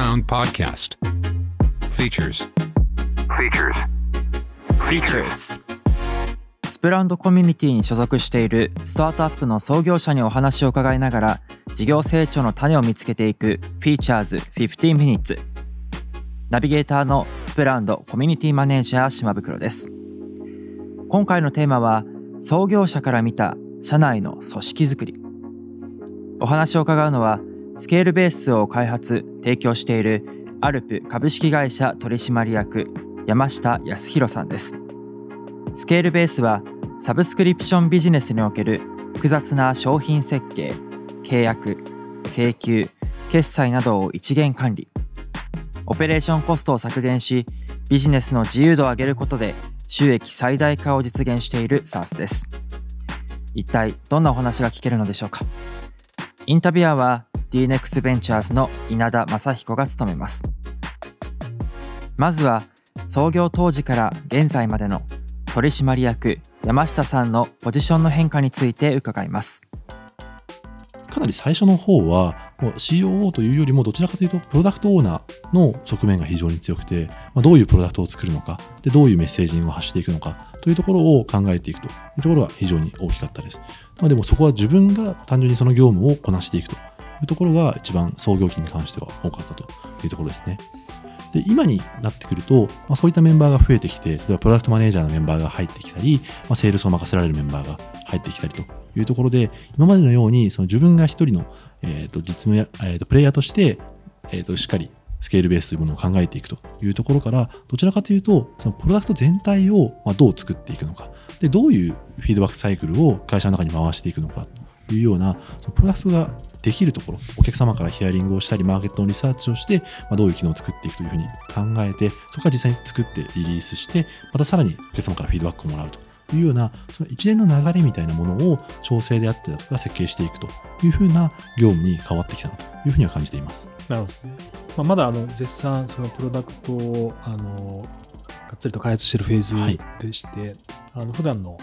Sound Podcast. Features. スプランドコミュニティに所属しているスタートアップの創業者にお話を伺いながら事業成長の種を見つけていく Features 15 Minutes。ナビゲーターのスプランドコミュニティマネージャー島袋です。今回のテーマは創業者から見た社内の組織づくり。お話を伺うのはスケールベースを開発提供しているアルプ株式会社取締役山下康弘さんです。スケールベースはサブスクリプションビジネスにおける複雑な商品設計、契約、請求、決済などを一元管理、オペレーションコストを削減しビジネスの自由度を上げることで収益最大化を実現している SaaS です。一体どんなお話が聞けるのでしょうか。インタビュアーは DNEX ベンチャーズの稲田正彦が務めます。まずは創業当時から現在までの取締役山下さんのポジションの変化について伺います。 かなり最初の方はもう COO というよりもどちらかというとプロダクトオーナーの側面が非常に強くて、どういうプロダクトを作るのかでどういうメッセージングを発していくのかというところを考えていくというところが非常に大きかったです。でもそこは自分が単純にその業務をこなしていくというところが一番創業期に関しては多かったというところですね。で今になってくると、そういったメンバーが増えてきて、例えばプロダクトマネージャーのメンバーが入ってきたり、セールスを任せられるメンバーが入ってきたりというところで、今までのようにその自分が一人の、実務や、プレイヤーとして、しっかりスケールベースというものを考えていくというところから、どちらかというとそのプロダクト全体をどう作っていくのか、でどういうフィードバックサイクルを会社の中に回していくのかというような、そのプロダクトができるところ、お客様からヒアリングをしたりマーケットのリサーチをして、どういう機能を作っていくというふうに考えて、そこから実際に作ってリリースして、またさらにお客様からフィードバックをもらうというような、その一連の流れみたいなものを調整であったりだとか設計していくというふうな業務に変わってきたなというふうには感じています。 なるほどですね。まだ絶賛そのプロダクトをがっつりと開発しているフェーズでして、普段の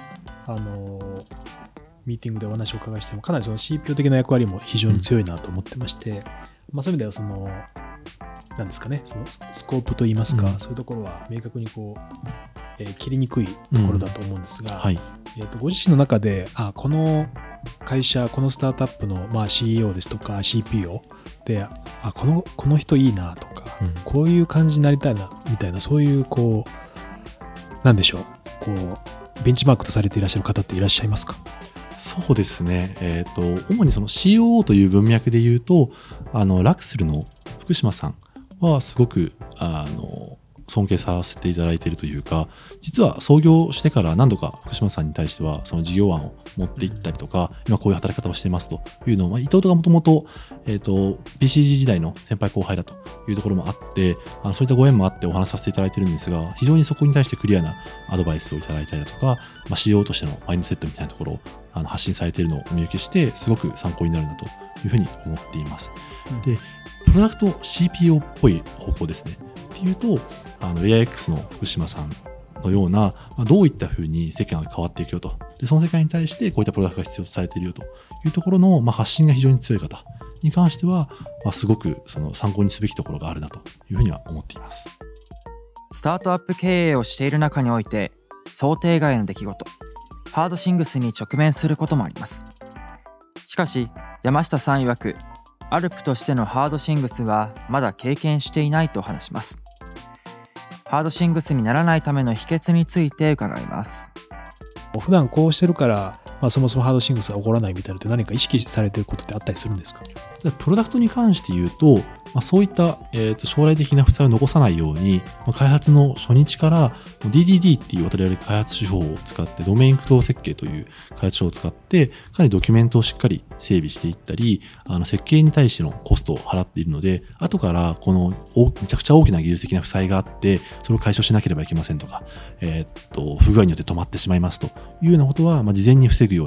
ミーティングでお話をお伺いしてもかなりその CPO 的な役割も非常に強いなと思ってまして、そういう意味ではその何ですかね、そのスコープといいますか、そういうところは明確に切りにくいところだと思うんですが、ご自身の中でこの会社、このスタートアップのCEO ですとか CPO でこの人いいなとか、こういう感じになりたいなみたいな、そういうなんでしょう、ベンチマークとされていらっしゃる方っていらっしゃいますか？ そうですね。主にその COO という文脈で言うと、ラクスルの福島さんはすごく尊敬させていただいているというか、実は創業してから何度か福島さんに対してはその事業案を持っていったりとか、今こういう働き方をしてますというのを、伊藤とかもともと BCG 時代の先輩後輩だというところもあって、そういったご縁もあってお話しさせていただいているんですが、非常にそこに対してクリアなアドバイスをいただいたりだとか、CEO としてのマインドセットみたいなところを発信されているのをお見受けして、すごく参考になるなというふうに思っています。で、プロダクト CPO っぽい方向ですね。っていうと、レア X の福島さんのような、どういったふうに世間が変わっていくよと。で、その世界に対してこういったプロダクトが必要とされているよというところの、発信が非常に強い方に関しては、すごくその参考にすべきところがあるなというふうには思っています。 スタートアップ経営をしている中において、想定外の出来事、ハードシングスに直面することもあります。しかし、山下さん曰く、アルプとしてのハードシングスはまだ経験していないと話します。ハードシングスにならないための秘訣について伺います。 普段こうしてるから、そもそもハードシングスが起こらないみたいなのって何か意識されていることってあったりするんですか？ プロダクトに関して言うと、そういった、将来的な負債を残さないように、開発の初日から DDD っていう我々開発手法を使って、ドメイン駆動設計という開発書を使って、かなりドキュメントをしっかり整備していったり、設計に対してのコストを払っているので、後からこのめちゃくちゃ大きな技術的な負債があって、それを解消しなければいけませんとか、不具合によって止まってしまいますというようなことは、事前に防ぐような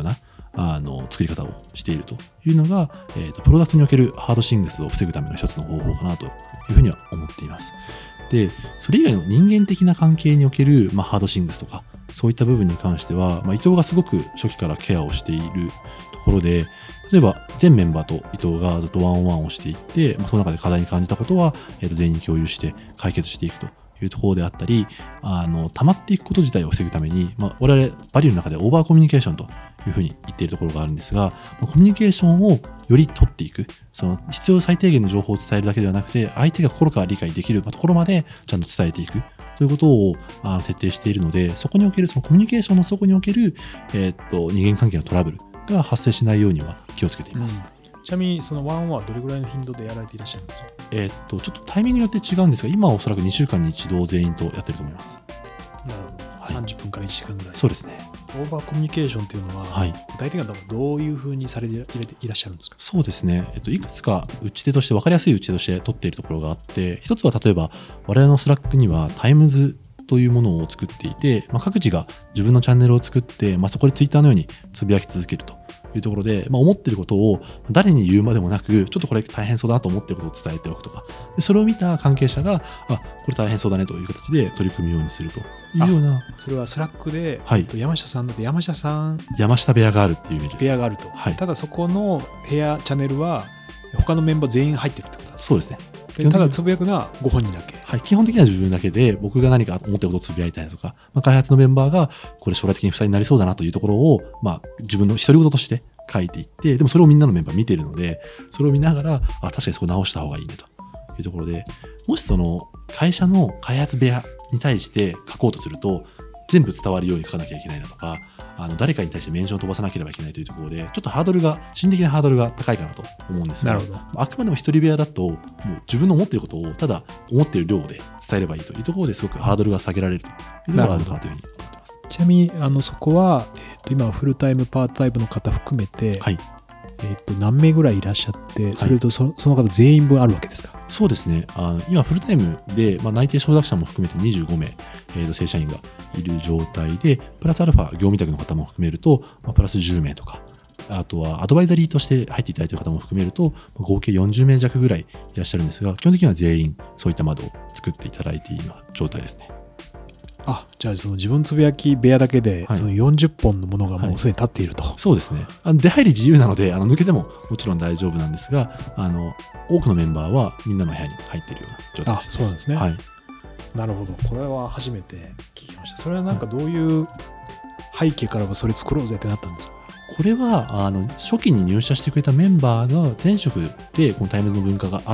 作り方をしているというのが、プロダクトにおけるハードシングスを防ぐための一つの方法かなというふうには思っています。で、それ以外の人間的な関係における、ハードシングスとか、そういった部分に関しては、伊藤がすごく初期からケアをしているところで、例えば全メンバーと伊藤がずっとワンオンワンをしていって、その中で課題に感じたことは、全員に共有して解決していくというところであったり、溜まっていくこと自体を防ぐために、我々バリューの中でオーバーコミュニケーションというふうに言っているところがあるんですが、コミュニケーションをより取っていく、その必要最低限の情報を伝えるだけではなくて、相手が心から理解できるところまでちゃんと伝えていくということを徹底しているので、そこにおけるそのコミュニケーションの底における、人間関係のトラブルが発生しないようには気をつけています。 ちなみにそのワンはどれぐらいの頻度でやられていらっしゃるんですか？ ちょっとタイミングによって違うんですが、今はおそらく2週間に一度全員とやってると思います。 なるほど。30分から1時間ぐらい。 そうですね。 オーバーコミュニケーションっていうのは、具体的にはどういうふうにされていらっしゃるんですか？ そうですね。いくつか打ち手として、分かりやすい打ち手として取っているところがあって、一つは例えば、我々のスラックにはタイムズというものを作っていて、各自が自分のチャンネルを作って、そこでツイッターのようにつぶやき続けるというところで、思っていることを誰に言うまでもなく、ちょっとこれ大変そうだなと思っていることを伝えておくとか、でそれを見た関係者が、これ大変そうだねという形で取り組むようにするというような。 それはスラックで、山下さん山下部屋があるっていうイメージです。 部屋があると。ただそこの部屋チャンネルは他のメンバー全員入ってるってことですか？ そうですね。 ただつぶやくのはご本人だけ。 基本的には自分だけで、僕が何か思ってることをつぶやいたりとか、開発のメンバーがこれ将来的に負債になりそうだなというところを、自分の独り言として書いていって、でもそれをみんなのメンバー見ているので、それを見ながら、確かにそこ直した方がいいねというところで、もしその会社の開発部屋に対して書こうとすると、全部伝わるように書かなきゃいけないなとか、誰かに対してメンションを飛ばさなければいけないというところで、ちょっと心理的なハードルが高いかなと思うんですが、あくまでも一人部屋だと、もう自分の思っていることをただ思っている量で伝えればいいというところですごくハードルが下げられるというところがあるかなというふうに思ってます。 ちなみにそこは、今フルタイムパートタイムの方含めて、何名ぐらいいらっしゃって、それとその方全員分あるわけですか？ そうですね。今フルタイムで、内定承諾者も含めて25名、正社員がいる状態で、プラスアルファ業務委託の方も含めると、プラス10名とか、あとはアドバイザリーとして入っていただいている方も含めると、合計40名弱ぐらいいらっしゃるんですが、基本的には全員そういった窓を作っていただいている状態ですね。 じゃあその自分つぶやき部屋だけで、その40本のものがもうすでに立っていると。 そうですね。出入り自由なので、抜けてももちろん大丈夫なんですが、多くのメンバーはみんなの部屋に入っているような状態です。 そうなんですね。なるほど。これは初めて聞きました。それはなんかどういう背景からそれ作ろうぜってなったんですか？ これは初期に入社してくれたメンバーが前職でこのタイムズの文化があって、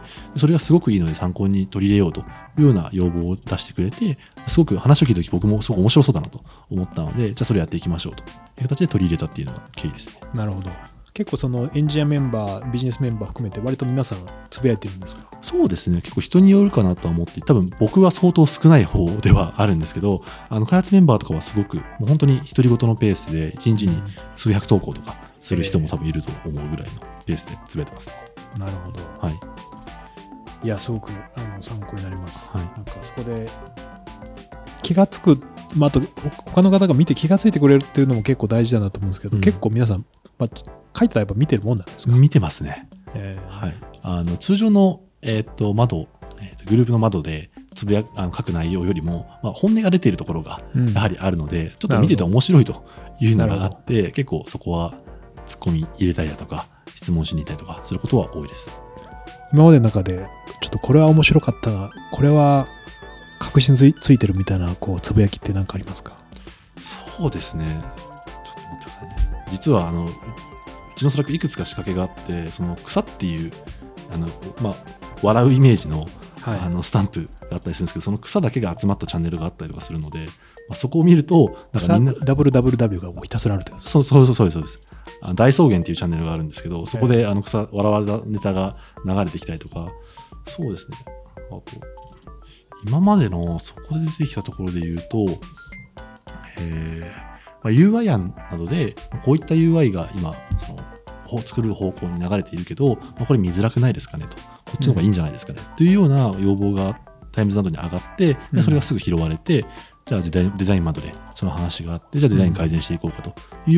それがすごくいいので参考に取り入れようというような要望を出してくれて、すごく話を聞いた時僕もすごく面白そうだなと思ったので、じゃあそれやっていきましょうという形で取り入れたっていうのが経緯ですね。 なるほど。結構そのエンジニアメンバー、ビジネスメンバー含めて割と皆さんつぶやいてるんですか？ そうですね。結構人によるかなとは思って、多分僕は相当少ない方ではあるんですけど、開発メンバーとかはすごくもう本当に独り言のペースで1日に数百投稿とかする人も多分いると思うぐらいのペースでつぶやいてます。 なるほど。いや、すごく参考になります。なんかそこで気がつく、あと他の方が見て気がついてくれるっていうのも結構大事だなと思うんですけど、結構皆さん書いてたらやっぱ見てるもんなんですか？見てますね。通常の、窓、グループの窓で書く内容よりも、本音が出ているところがやはりあるので、ちょっと見てて面白いというのがあって、結構そこはツッコミ入れたりだとか質問しに行ったりとかすることは多いです。 今までの中でちょっとこれは面白かったな、これは確信ついてるみたいなつぶやきって何かありますか？ そうですね。ちょっと待ってくださいね。実はうちのスラックいくつか仕掛けがあって、その草っていう笑うイメージの、スタンプがあったりするんですけど、その草だけが集まったチャンネルがあったりとかするので、そこを見るとなんかみんな WWW がもうひたすらあるってことですか？ そうです。大草原っていうチャンネルがあるんですけど、そこで笑われたネタが流れてきたりとか、そうですね。あと今までのそこで出てきたところで言うと、UI 案などでこういった UI が今作る方向に流れているけど、これ見づらくないですかねと、こっちの方がいいんじゃないですかね、というような要望がタイムズなどに上がって、それがすぐ拾われて、じゃあデザイン窓でその話があって、じゃあデザイン改善していこうかというような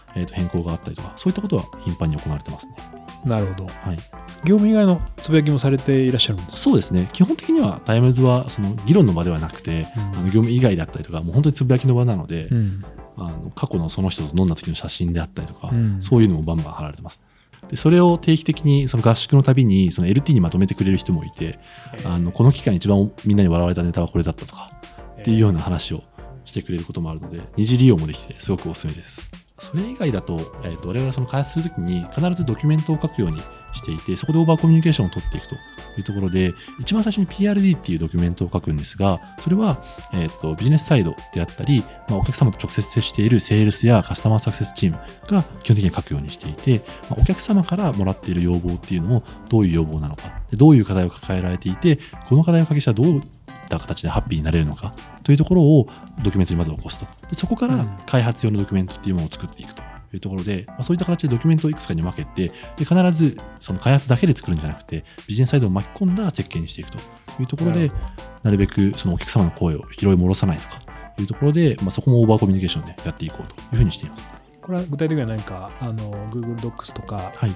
変更があったりとか、そういったことは頻繁に行われてますね。 なるほど。 はい、 業務以外のつぶやきもされていらっしゃるんですか？ そうですね。基本的にはタイムズはその議論の場ではなくて、業務以外だったりとか、もう本当につぶやきの場なので、過去のその人と飲んだ時の写真であったりとか、そういうのもバンバン貼られてます。でそれを定期的にその合宿のたびにその LT にまとめてくれる人もいて、この期間一番みんなに笑われたネタはこれだったとかっていうような話をしてくれることもあるので、二次利用もできてすごくおすすめです。それ以外だと、我々はその開発するときに必ずドキュメントを書くようにしていて、そこでオーバーコミュニケーションを取っていくというところで、一番最初に PRD っていうドキュメントを書くんですが、それは、ビジネスサイドであったり、お客様と直接接しているセールスやカスタマーサクセスチームが基本的に書くようにしていて、お客様からもらっている要望っていうのをどういう要望なのか、どういう課題を抱えられていて、この課題を解決したらどういった形でハッピーになれるのかというところをドキュメントにまず起こすと。でそこから開発用のドキュメントっていうものを作っていくというところで、そういった形でドキュメントをいくつかに分けて、で必ずその開発だけで作るんじゃなくて、ビジネスサイドを巻き込んだ設計にしていくというところで、なるべくそのお客様の声を拾い戻さないとかいうところで、そこもオーバーコミュニケーションでやっていこうというふうにしています。 これは具体的には何かGoogle Docs とか、 はい、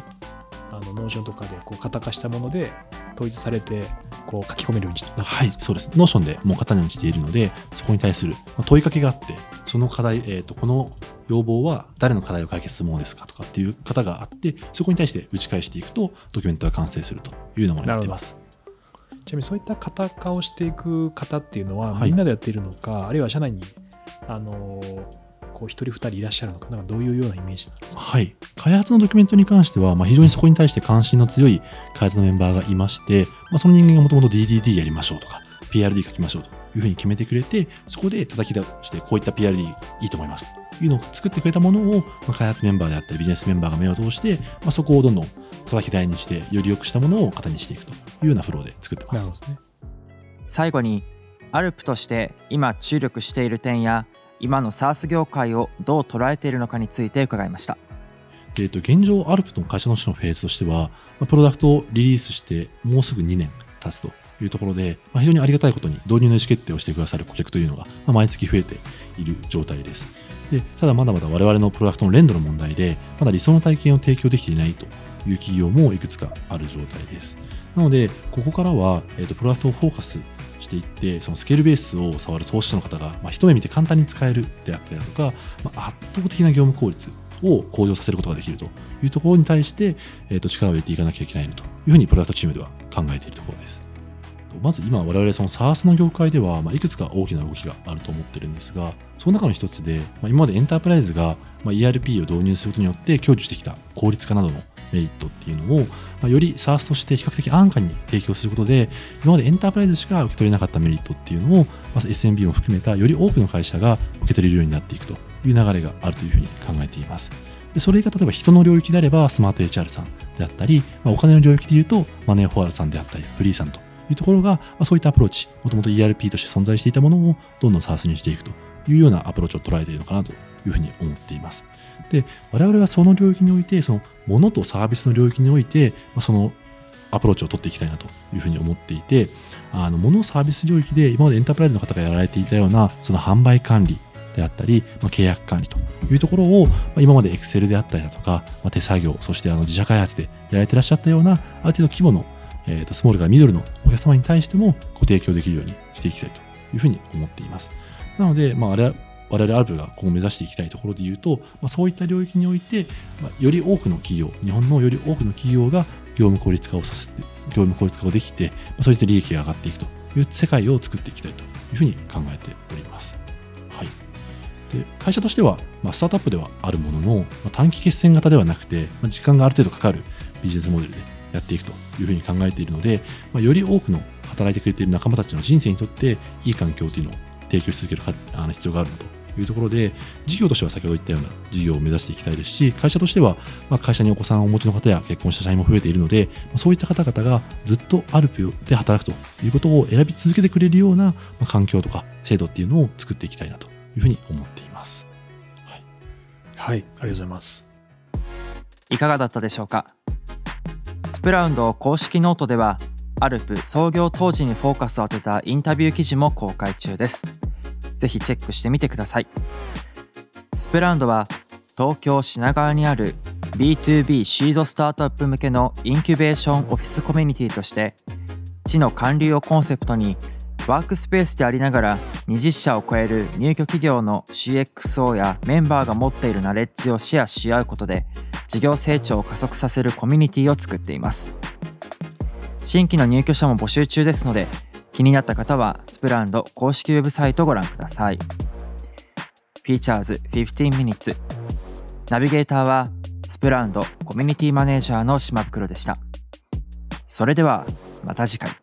Notion とかでこう型化したもので統一されてこう書き込めるようになってます。 はい、そうです。Notion でもう型にしているので、そこに対する問いかけがあって、その課題、この要望は誰の課題を解決するものですかとかっていう方があって、そこに対して打ち返していくとドキュメントが完成するというようなものになっています。 ちなみにそういった型化をしていく方っていうのはみんなでやっているのか、あるいは社内にこう一人二人いらっしゃるのか、なんかどういうようなイメージなんですか？ はい、開発のドキュメントに関しては、非常にそこに対して関心の強い開発のメンバーがいまして、その人間がもともと DDD やりましょうとか PRD 書きましょうというふうに決めてくれて、そこで叩き出してこういった PRD いいと思いますというのを作ってくれたものを、開発メンバーであったりビジネスメンバーが目を通して、そこをどんどん叩き台にしてより良くしたものを型にしていくというようなフローで作ってます。 なるほどね。 最後にアルプとして今注力している点や今の SaaS 業界をどう捉えているのかについて伺いました。 現状アルプの会社としてのフェーズとしては、プロダクトをリリースしてもうすぐ2年経つというところで、非常にありがたいことに導入の意思決定をしてくださる顧客というのが毎月増えている状態です。でただまだまだ我々のプロダクトの連動の問題で、まだ理想の体験を提供できていないという企業もいくつかある状態です。なのでここからは、プロダクトをフォーカスしていって、そのスケールベースを触る創始者の方が、一目見て簡単に使えるであったりだとか、圧倒的な業務効率を向上させることができるというところに対して、力を入れていかなきゃいけないというふうにプロダクトチームでは考えているところです。まず今我々その SaaS の業界では、いくつか大きな動きがあると思ってるんですが、その中の一つで、今までエンタープライズが ERP を導入することによって享受してきた効率化などのメリットっていうのを、より SaaS として比較的安価に提供することで、今までエンタープライズしか受け取れなかったメリットっていうのを、SMB も含めたより多くの会社が受け取れるようになっていくという流れがあるというふうに考えています。でそれが例えば人の領域であればスマート HR さんであったり、お金の領域でいうとマネーフォワードさんであったりフリーさんというところが、そういったアプローチ、もともと ERP として存在していたものをどんどん SaaS にしていくというようなアプローチを捉えているのかなというふうに思っています。で我々はその領域において、その物とサービスの領域において、そのアプローチを取っていきたいなというふうに思っていて、物サービス領域で今までエンタープライズの方がやられていたようなその販売管理であったり、契約管理というところを、今まで Excel であったりだとか、手作業、そして自社開発でやられていらっしゃったようなある程度規模の、スモールからミドルのお客様に対してもご提供できるようにしていきたいというふうに思っています。なので、我々アルプが今後目指していきたいところで言うと、そういった領域において、より多くの企業、日本のより多くの企業が業務効率化をできて、そういった利益が上がっていくという世界を作っていきたいというふうに考えております。はい。で会社としては、スタートアップではあるものの、短期決戦型ではなくて、時間がある程度かかるビジネスモデルでやっていくというふうに考えているので、より多くの働いてくれている仲間たちの人生にとっていい環境というのを提供し続ける必要があるなというところで、事業としては先ほど言ったような事業を目指していきたいですし、会社としては、会社にお子さんをお持ちの方や結婚した社員も増えているので、そういった方々がずっとアルプで働くということを選び続けてくれるような、環境とか制度っていうのを作っていきたいなというふうに思っています。はい、 はい、ありがとうございます。 いかがだったでしょうか。スプラウンド公式ノートでは、アルプ創業当時にフォーカスを当てたインタビュー記事も公開中です。ぜひチェックしてみてください。スプラウンドは東京品川にある B2B シードスタートアップ向けのインキュベーションオフィスコミュニティとして、知の還流をコンセプトにワークスペースでありながら20社を超える入居企業の CXO やメンバーが持っているナレッジをシェアし合うことで事業成長を加速させるコミュニティを作っています。新規の入居者も募集中ですので、気になった方はスプランド公式ウェブサイトをご覧ください。Features 15 Minutes。ナビゲーターはスプランドコミュニティマネージャーの島袋でした。それではまた次回。